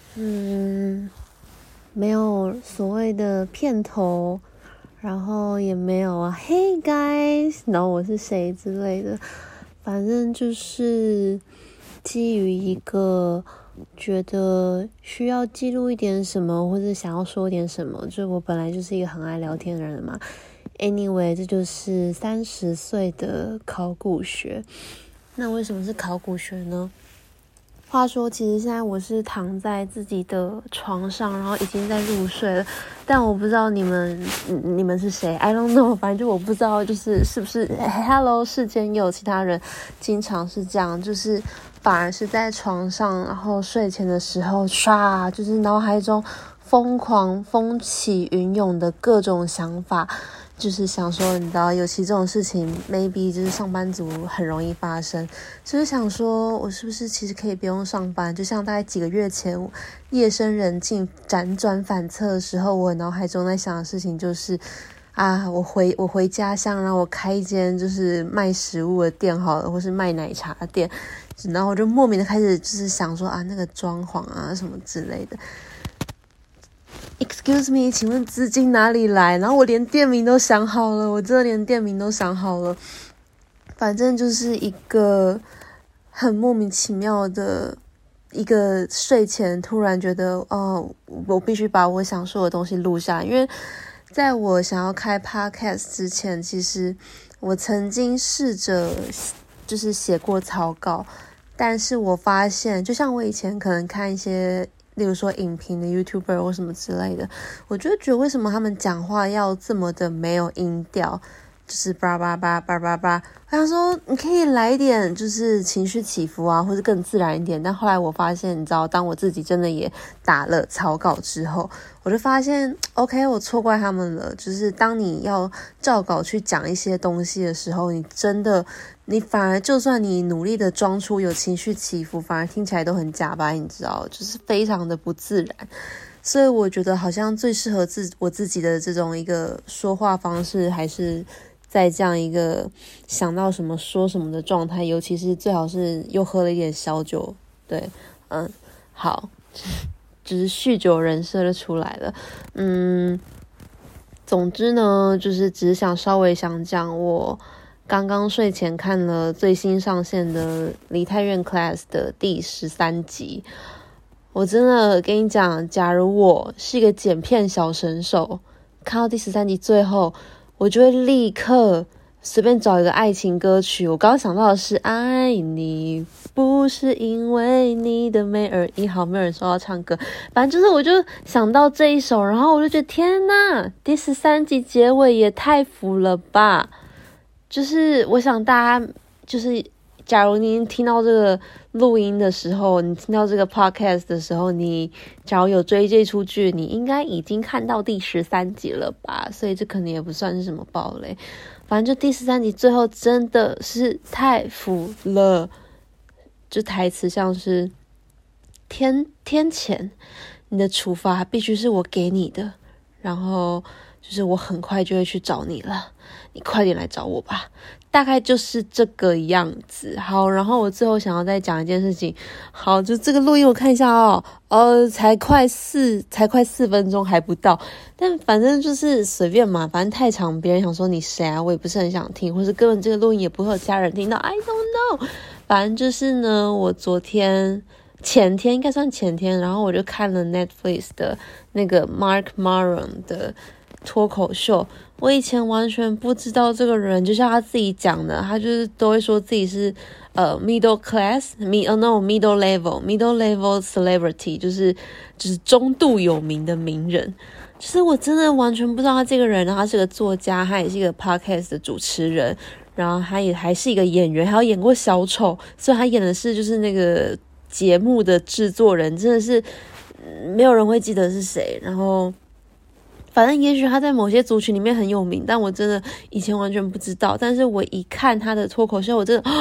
没有所谓的片头，然后也没有 Hey guys， 然后我是谁之类的，反正就是基于一个觉得需要记录一点什么，或者想要说点什么，就我本来就是一个很爱聊天的人嘛。Anyway， 这就是30岁的考古学。那为什么是考古学呢？话说，其实现在我是躺在自己的床上，然后已经在入睡了。但我不知道你们是谁 ，I don't know， 反正就我不知道，就是是不是 Hello 世间也有其他人经常是这样，就是反而是在床上，然后睡前的时候，唰，就是脑海中疯狂风起云涌的各种想法。就是想说，你知道，尤其这种事情 maybe 就是上班族很容易发生，就是想说我是不是其实可以不用上班，就像大概几个月前夜深人静辗转反侧的时候，我脑海中在想的事情就是我回家乡，然后我开一间就是卖食物的店好了，或是卖奶茶的店，然后我就莫名的开始就是想说那个装潢什么之类的。Excuse me， 请问资金哪里来？然后我连店名都想好了，我真的连店名都想好了。反正就是一个很莫名其妙的一个睡前突然觉得，我必须把我想说的东西录下来。因为在我想要开 podcast 之前，其实我曾经试着就是写过草稿，但是我发现，就像我以前可能看一些例如说影评的 YouTuber 或什么之类的，我就觉得为什么他们讲话要这么的没有音调，就是叭叭叭叭叭叭。我想说你可以来一点就是情绪起伏或是更自然一点。但后来我发现，你知道，当我自己真的也打了草稿之后，我就发现 OK， 我错怪他们了。就是当你要照稿去讲一些东西的时候，你反而就算你努力的装出有情绪起伏，反而听起来都很假掰，你知道，就是非常的不自然。所以我觉得好像最适合我自己的这种一个说话方式，还是在这样一个想到什么说什么的状态，尤其是最好是又喝了一点小酒。对，好，就是酗酒人设就出来了。总之呢，就是只是稍微想讲，我刚刚睡前看了最新上线的梨泰院 Class 的第13集。我真的跟你讲，假如我是一个剪片小神手，看到第13集最后，我就会立刻随便找一个爱情歌曲。我刚刚想到的是爱你不是因为你的美而已。好，没有人说要唱歌，反正就是我就想到这一首，然后我就觉得天哪，第13集结尾也太符了吧。就是我想大家就是假如你听到这个录音的时候，你听到这个 podcast 的时候，你假如有追这出剧，你应该已经看到第13集了吧，所以这可能也不算是什么爆雷。反正就第13集最后真的是太符了，就台词像是天谴，你的处罚必须是我给你的，然后就是我很快就会去找你了，你快点来找我吧，大概就是这个样子。好，然后我最后想要再讲一件事情。好，就这个录音我看一下才快4分钟还不到，但反正就是随便嘛，反正太长别人想说你谁啊，我也不是很想听，或是根本这个录音也不会有家人听到， I don't know。 反正就是呢，我前天应该算前天，然后我就看了 Netflix 的那个 Mark Maron 的脱口秀。我以前完全不知道这个人，就像他自己讲的，他就是都会说自己是middle level celebrity， 就是中度有名的名人。就是我真的完全不知道他这个人，然后他是个作家，他也是一个 podcast 的主持人，然后他也还是一个演员，还有演过小丑，所以他演的是就是那个节目的制作人，真的是没有人会记得是谁。然后反正也许他在某些族群里面很有名，但我真的以前完全不知道。但是我一看他的脱口秀，我真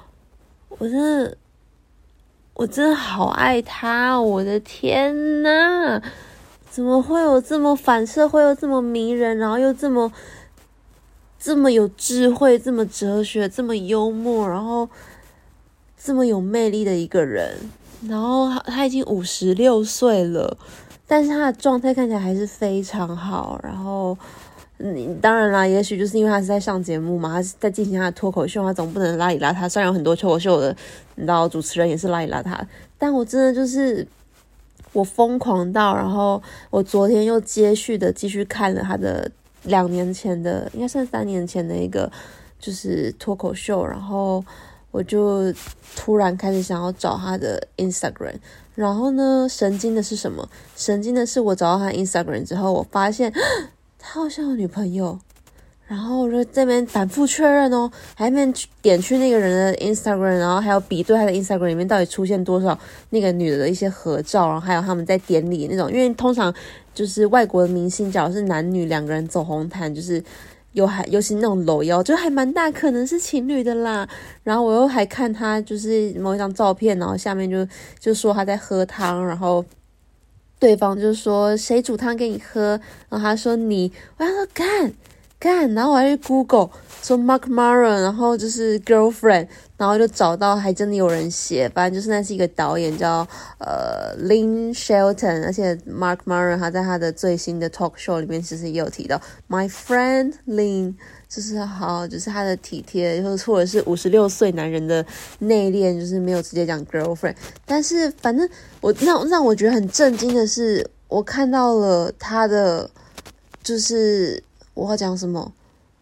的好爱他，我的天哪，怎么会有这么反社会又这么迷人，然后又这么有智慧，这么哲学，这么幽默，然后这么有魅力的一个人。 然后他已经56岁了，但是他的状态看起来还是非常好。然后当然啦，也许就是因为他是在上节目嘛，他是在进行他的脱口秀，他总不能邋里邋遢。虽然有很多脱口秀的你知道主持人也是邋里邋遢，但我真的就是我疯狂到，然后我昨天又接续的继续看了他的2年前的，应该算3年前的一个就是脱口秀，然后我就突然开始想要找他的 Instagram。然后呢，神经的是什么？神经的是我找到他 Instagram 之后，我发现他好像有女朋友，然后我就在那边反复确认哦，还在那边点去那个人的 Instagram， 然后还有比对他的 Instagram 里面到底出现多少那个女的一些合照，然后还有他们在典礼那种，因为通常就是外国的明星，假如是男女2个人走红毯，就是尤其那种搂腰，就还蛮大可能是情侣的啦。然后我又还看他就是某一张照片，然后下面就说他在喝汤，然后对方就说谁煮汤给你喝，然后他说你，我想说干，然后我还去 Google 说 Mark Maron， 然后就是 girlfriend， 然后就找到还真的有人写，反正就是那是一个导演叫Lynn Shelton， 而且 Mark Maron 他在他的最新的 talk show 里面其实也有提到 My friend Lynn， 就是就是他的体贴，或者是56岁男人的内敛，就是没有直接讲 girlfriend。但是反正让我觉得很震惊的是，我看到了他的就是我要讲什么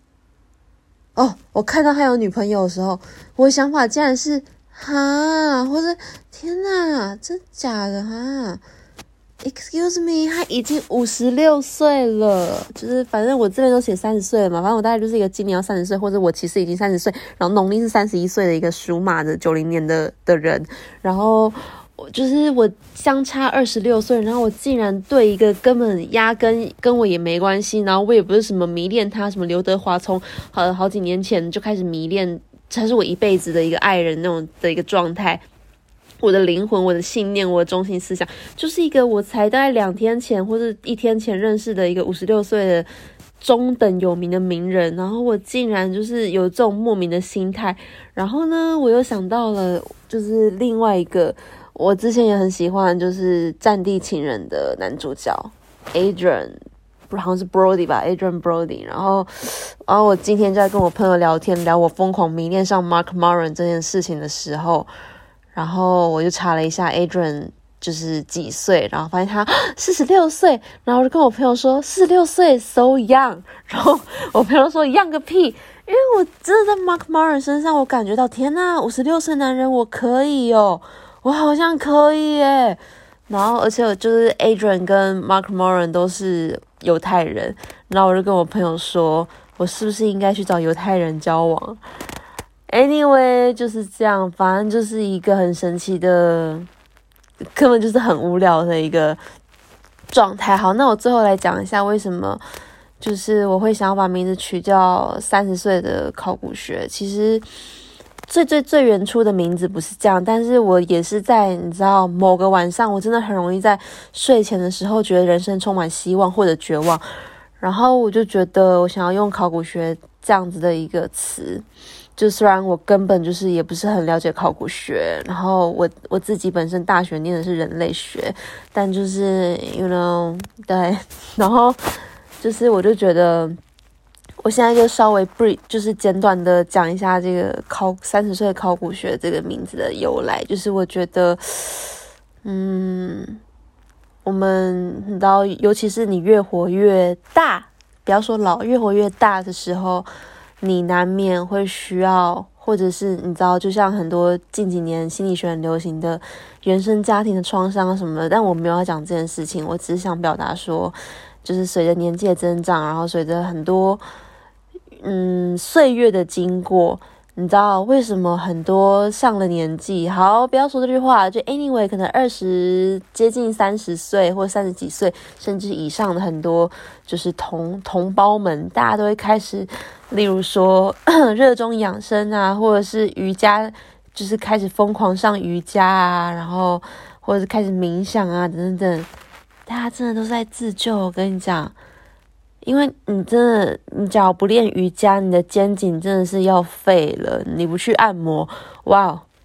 我看到他有女朋友的时候，我的想法竟然是或者天哪，真假的Excuse me， 他已经56岁了，就是反正我这边都写30岁了嘛，反正我大概就是一个今年要30岁，或者我其实已经30岁，然后农历是31岁的一个属马的90年的人，然后就是我相差26岁，然后我竟然对一个根本压根跟我也没关系，然后我也不是什么迷恋他，什么刘德华从好几年前就开始迷恋，他是我一辈子的一个爱人那种的一个状态。我的灵魂，我的信念，我的中心思想，就是一个我才大概2天前或者1天前认识的一个56岁的中等有名的名人，然后我竟然就是有这种莫名的心态。然后呢，我又想到了就是另外一个我之前也很喜欢，就是《战地情人》的男主角 Adrian， 好像是 Brody 吧 ，Adrian Brody。然后我今天就在跟我朋友聊天，聊我疯狂迷恋上 Mark Maron 这件事情的时候，然后我就查了一下 Adrian 就是几岁，然后发现他46岁，然后我就跟我朋友说46岁 so young， 然后我朋友说 young 个屁，因为我真的在 Mark Maron 身上我感觉到天哪，56岁男人我可以我好像可以耶。然后而且就是 Adrian 跟 Mark Maron 都是犹太人，然后我就跟我朋友说我是不是应该去找犹太人交往。Anyway 就是这样，反正就是一个很神奇的，根本就是很无聊的一个状态。好，那我最后来讲一下为什么就是我会想要把名字取叫30岁的考古学。其实最原初的名字不是这样，但是我也是在你知道某个晚上，我真的很容易在睡前的时候觉得人生充满希望或者绝望，然后我就觉得我想要用考古学这样子的一个词。就虽然我根本就是也不是很了解考古学，然后我自己本身大学念的是人类学，但就是 对，然后就是我就觉得我现在就稍微就是简短的讲一下这个30岁的考古学这个名字的由来。就是我觉得我们你知道，尤其是你越活越大，不要说老，越活越大的时候，你难免会需要，或者是你知道，就像很多近几年心理学很流行的原生家庭的创伤什么的，但我没有要讲这件事情，我只是想表达说，就是随着年纪的增长，然后随着很多岁月的经过，你知道为什么很多上了年纪，好，不要说这句话，就 anyway 可能20接近30岁或30几岁甚至以上的很多就是同胞们，大家都会开始例如说热衷养生啊，或者是瑜伽，就是开始疯狂上瑜伽啊，然后或者是开始冥想啊等等等，大家真的都是在自救。我跟你讲，因为你只要不练瑜伽，你的肩颈真的是要废了，你不去按摩，哇，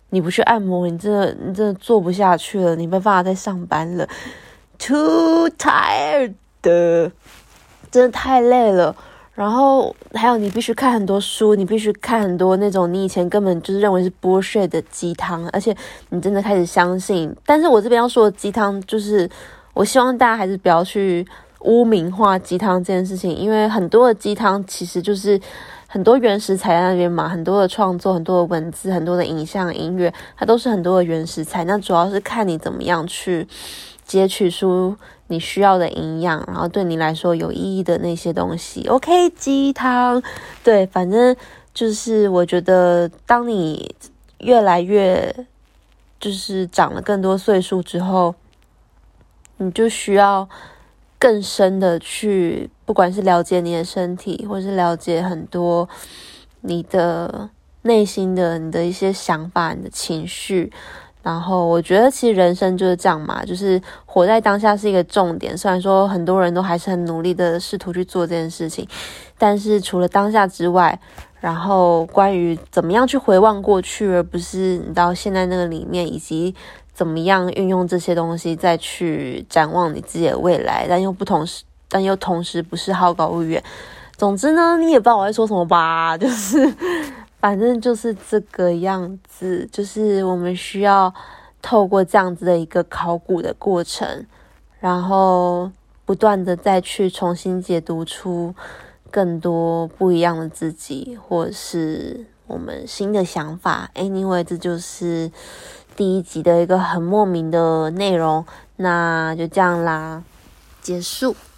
你不去按摩，你真的做不下去了，你没办法再上班了 ，too tired 的，真的太累了。然后还有你必须看很多书，你必须看很多那种你以前根本就是认为是 bullshit 的鸡汤，而且你真的开始相信。但是我这边要说的鸡汤，就是我希望大家还是不要去污名化鸡汤这件事情，因为很多的鸡汤其实就是很多原食材在那边嘛，很多的创作，很多的文字，很多的影像、音乐，它都是很多的原食材。那主要是看你怎么样去截取出你需要的营养，然后对你来说有意义的那些东西。OK， 鸡汤，对，反正就是我觉得，当你越来越就是长了更多岁数之后，你就需要更深的去，不管是了解你的身体，或是了解很多你的内心的你的一些想法、你的情绪。然后我觉得其实人生就是这样嘛，就是活在当下是一个重点。虽然说很多人都还是很努力的试图去做这件事情，但是除了当下之外，然后关于怎么样去回望过去，而不是你到现在那个里面，以及怎么样运用这些东西再去展望你自己的未来，但又同时不是好高骛远。总之呢，你也不知道我在说什么吧，就是反正就是这个样子，就是我们需要透过这样子的一个考古的过程，然后不断的再去重新解读出更多不一样的自己，或者是我们新的想法。Anyway， 这就是第一集的一个很莫名的内容，那就这样啦，结束。